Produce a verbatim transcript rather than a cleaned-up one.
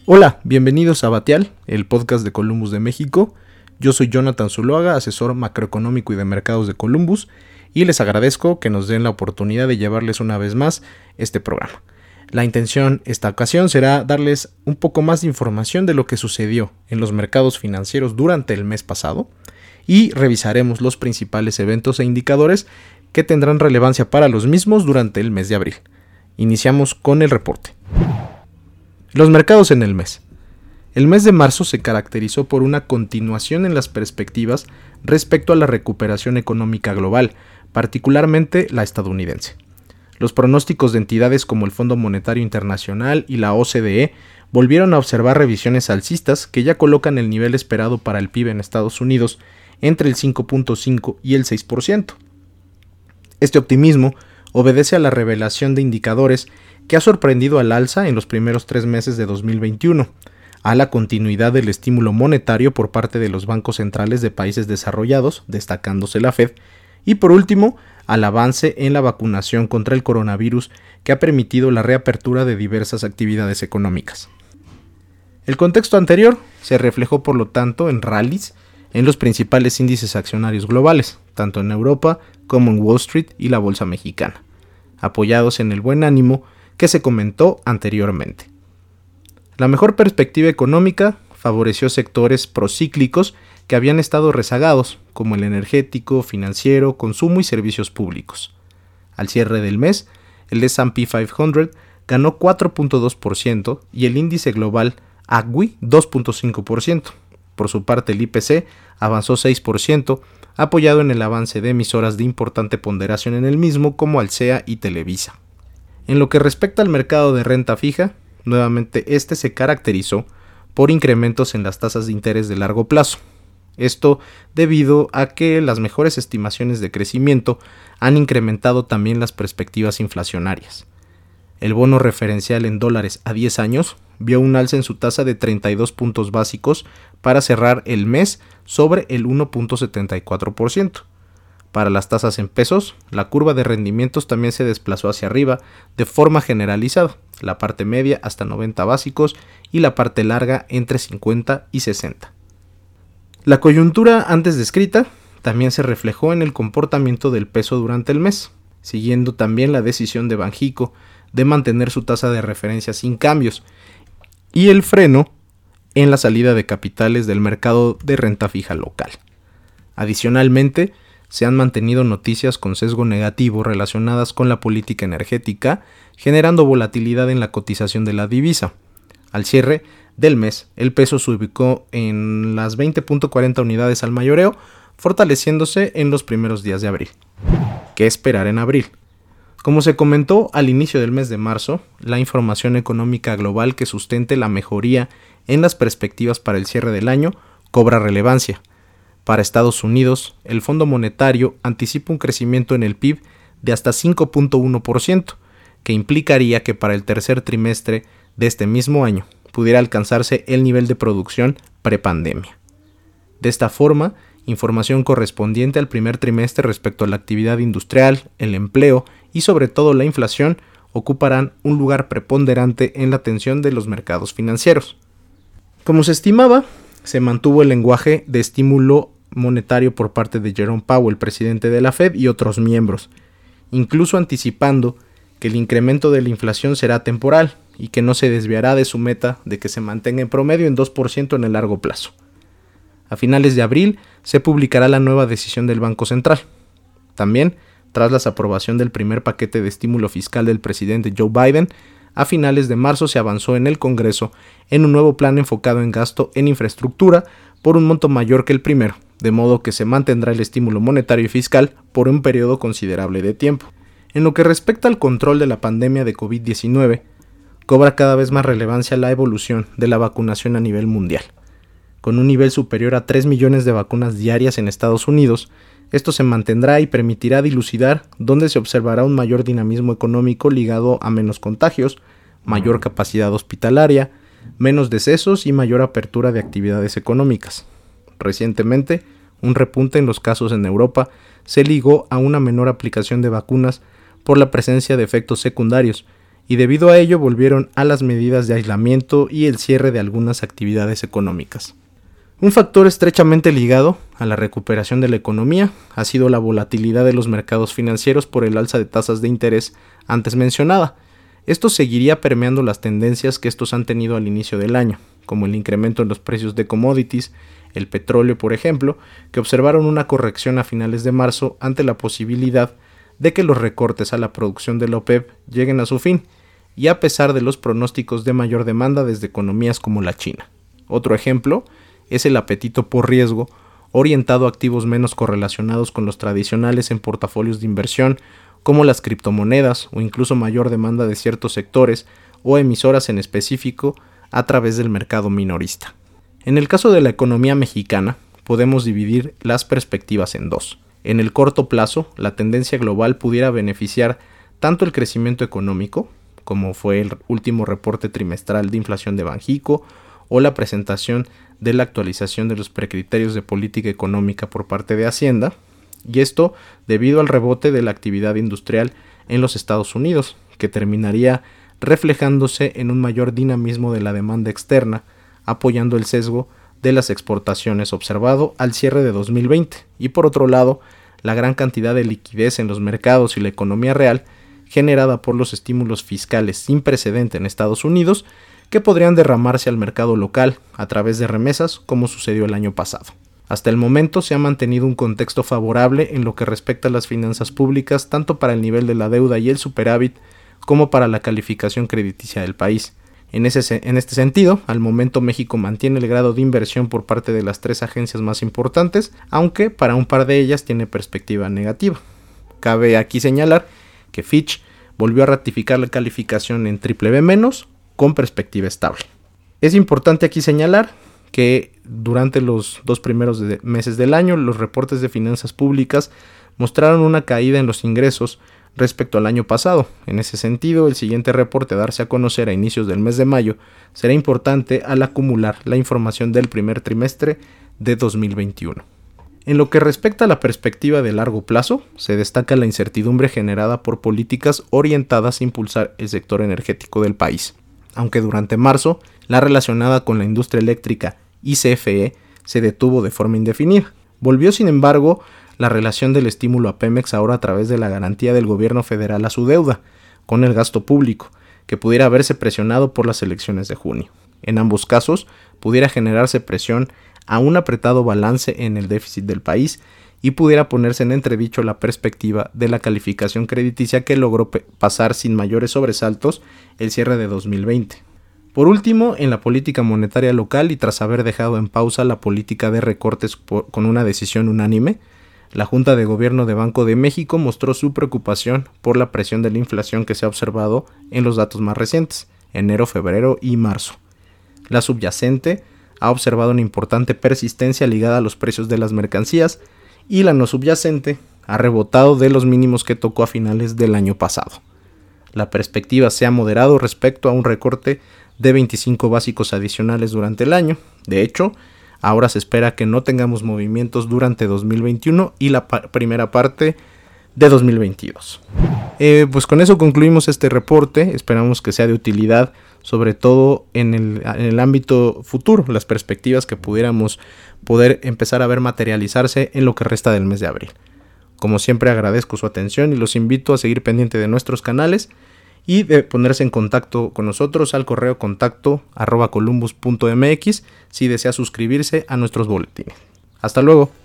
Hola, bienvenidos a Batial, el podcast de Columbus de México. Yo soy Jonathan Zuluaga, asesor macroeconómico y de mercados de Columbus, y les agradezco que nos den la oportunidad de llevarles una vez más este programa. La intención esta ocasión será darles un poco más de información de lo que sucedió en los mercados financieros durante el mes pasado y revisaremos los principales eventos e indicadores que tendrán relevancia para los mismos durante el mes de abril. Iniciamos con el reporte. Los mercados en el mes. El mes de marzo se caracterizó por una continuación en las perspectivas respecto a la recuperación económica global, particularmente la estadounidense. Los pronósticos de entidades como el Fondo Monetario Internacional y la O C D E volvieron a observar revisiones alcistas que ya colocan el nivel esperado para el P I B en Estados Unidos entre el cinco punto cinco y el seis por ciento. Este optimismo obedece a la revelación de indicadores que ha sorprendido al alza en los primeros tres meses de dos mil veintiuno, a la continuidad del estímulo monetario por parte de los bancos centrales de países desarrollados, destacándose la Fed, y por último, al avance en la vacunación contra el coronavirus que ha permitido la reapertura de diversas actividades económicas. El contexto anterior se reflejó por lo tanto en rallies en los principales índices accionarios globales, tanto en Europa como en Wall Street y la bolsa mexicana, apoyados en el buen ánimo que se comentó anteriormente. La mejor perspectiva económica favoreció sectores procíclicos que habían estado rezagados, como el energético, financiero, consumo y servicios públicos. Al cierre del mes, el ese and pe quinientos ganó cuatro punto dos por ciento y el índice global A C W I dos punto cinco por ciento. Por su parte, el I P C avanzó seis por ciento, apoyado en el avance de emisoras de importante ponderación en el mismo como Alsea y Televisa. En lo que respecta al mercado de renta fija, nuevamente este se caracterizó por incrementos en las tasas de interés de largo plazo. Esto debido a que las mejores estimaciones de crecimiento han incrementado también las perspectivas inflacionarias. El bono referencial en dólares a diez años vio un alza en su tasa de treinta y dos puntos básicos para cerrar el mes sobre el uno punto setenta y cuatro por ciento. Para las tasas en pesos, la curva de rendimientos también se desplazó hacia arriba de forma generalizada, la parte media hasta noventa básicos y la parte larga entre cincuenta y sesenta. La coyuntura antes descrita también se reflejó en el comportamiento del peso durante el mes, siguiendo también la decisión de Banxico de mantener su tasa de referencia sin cambios y el freno en la salida de capitales del mercado de renta fija local. Adicionalmente, se han mantenido noticias con sesgo negativo relacionadas con la política energética, generando volatilidad en la cotización de la divisa. Al cierre del mes, el peso se ubicó en las veinte punto cuarenta unidades al mayoreo, fortaleciéndose en los primeros días de abril. ¿Qué esperar en abril? Como se comentó al inicio del mes de marzo, la información económica global que sustente la mejoría en las perspectivas para el cierre del año cobra relevancia. Para Estados Unidos, el Fondo Monetario anticipa un crecimiento en el P I B de hasta cinco punto uno por ciento, que implicaría que para el tercer trimestre de este mismo año pudiera alcanzarse el nivel de producción prepandemia. De esta forma, información correspondiente al primer trimestre respecto a la actividad industrial, el empleo y sobre todo la inflación ocuparán un lugar preponderante en la atención de los mercados financieros. Como se estimaba, se mantuvo el lenguaje de estímulo monetario por parte de Jerome Powell, presidente de la Fed, y otros miembros, incluso anticipando que el incremento de la inflación será temporal y que no se desviará de su meta de que se mantenga en promedio en dos por ciento en el largo plazo. A finales de abril se publicará la nueva decisión del Banco Central. También, tras la aprobación del primer paquete de estímulo fiscal del presidente Joe Biden, a finales de marzo se avanzó en el Congreso en un nuevo plan enfocado en gasto en infraestructura por un monto mayor que el primero, de modo que se mantendrá el estímulo monetario y fiscal por un periodo considerable de tiempo. En lo que respecta al control de la pandemia de covid diecinueve, cobra cada vez más relevancia la evolución de la vacunación a nivel mundial. Con un nivel superior a tres millones de vacunas diarias en Estados Unidos, esto se mantendrá y permitirá dilucidar dónde se observará un mayor dinamismo económico ligado a menos contagios, mayor capacidad hospitalaria, menos decesos y mayor apertura de actividades económicas. Recientemente, un repunte en los casos en Europa se ligó a una menor aplicación de vacunas por la presencia de efectos secundarios y debido a ello volvieron a las medidas de aislamiento y el cierre de algunas actividades económicas. Un factor estrechamente ligado a la recuperación de la economía ha sido la volatilidad de los mercados financieros por el alza de tasas de interés antes mencionada. Esto seguiría permeando las tendencias que estos han tenido al inicio del año, como el incremento en los precios de commodities, el petróleo por ejemplo, que observaron una corrección a finales de marzo ante la posibilidad de que los recortes a la producción de la OPEP lleguen a su fin, y a pesar de los pronósticos de mayor demanda desde economías como la China. Otro ejemplo es el apetito por riesgo orientado a activos menos correlacionados con los tradicionales en portafolios de inversión, como las criptomonedas o incluso mayor demanda de ciertos sectores o emisoras en específico a través del mercado minorista. En el caso de la economía mexicana, podemos dividir las perspectivas en dos. En el corto plazo, la tendencia global pudiera beneficiar tanto el crecimiento económico, como fue el último reporte trimestral de inflación de Banxico, o la presentación de la actualización de los precriterios de política económica por parte de Hacienda, y esto debido al rebote de la actividad industrial en los Estados Unidos, que terminaría reflejándose en un mayor dinamismo de la demanda externa, apoyando el sesgo de las exportaciones observado al cierre de dos mil veinte, y por otro lado, la gran cantidad de liquidez en los mercados y la economía real generada por los estímulos fiscales sin precedente en Estados Unidos, que podrían derramarse al mercado local a través de remesas como sucedió el año pasado. Hasta el momento se ha mantenido un contexto favorable en lo que respecta a las finanzas públicas tanto para el nivel de la deuda y el superávit como para la calificación crediticia del país. En, ese, en este sentido, al momento México mantiene el grado de inversión por parte de las tres agencias más importantes, aunque para un par de ellas tiene perspectiva negativa. Cabe aquí señalar que Fitch volvió a ratificar la calificación en triple B menos, con perspectiva estable. Es importante aquí señalar que durante los dos primeros de meses del año los reportes de finanzas públicas mostraron una caída en los ingresos respecto al año pasado. En ese sentido, el siguiente reporte a darse a conocer a inicios del mes de mayo será importante al acumular la información del primer trimestre de dos mil veintiuno. En lo que respecta a la perspectiva de largo plazo, se destaca la incertidumbre generada por políticas orientadas a impulsar el sector energético del país. Aunque durante marzo, la relacionada con la industria eléctrica I C F E se detuvo de forma indefinida. Volvió, sin embargo, la relación del estímulo a Pemex ahora a través de la garantía del gobierno federal a su deuda, con el gasto público, que pudiera verse presionado por las elecciones de junio. En ambos casos, pudiera generarse presión a un apretado balance en el déficit del país y pudiera ponerse en entredicho la perspectiva de la calificación crediticia que logró pe- pasar sin mayores sobresaltos el cierre de dos mil veinte. Por último, en la política monetaria local y tras haber dejado en pausa la política de recortes por, con una decisión unánime, la Junta de Gobierno de Banco de México mostró su preocupación por la presión de la inflación que se ha observado en los datos más recientes, enero, febrero y marzo. La subyacente ha observado una importante persistencia ligada a los precios de las mercancías y la no subyacente ha rebotado de los mínimos que tocó a finales del año pasado. La perspectiva se ha moderado respecto a un recorte de veinticinco básicos adicionales durante el año. De hecho, ahora se espera que no tengamos movimientos durante dos mil veintiuno y la pa- primera parte de dos mil veintidós. Eh, pues con eso concluimos este reporte. Esperamos que sea de utilidad, sobre todo en el, en el ámbito futuro, las perspectivas que pudiéramos poder empezar a ver materializarse en lo que resta del mes de abril. Como siempre, agradezco su atención y los invito a seguir pendiente de nuestros canales y de ponerse en contacto con nosotros al correo contacto arroba columbus punto mx si desea suscribirse a nuestros boletines. Hasta luego.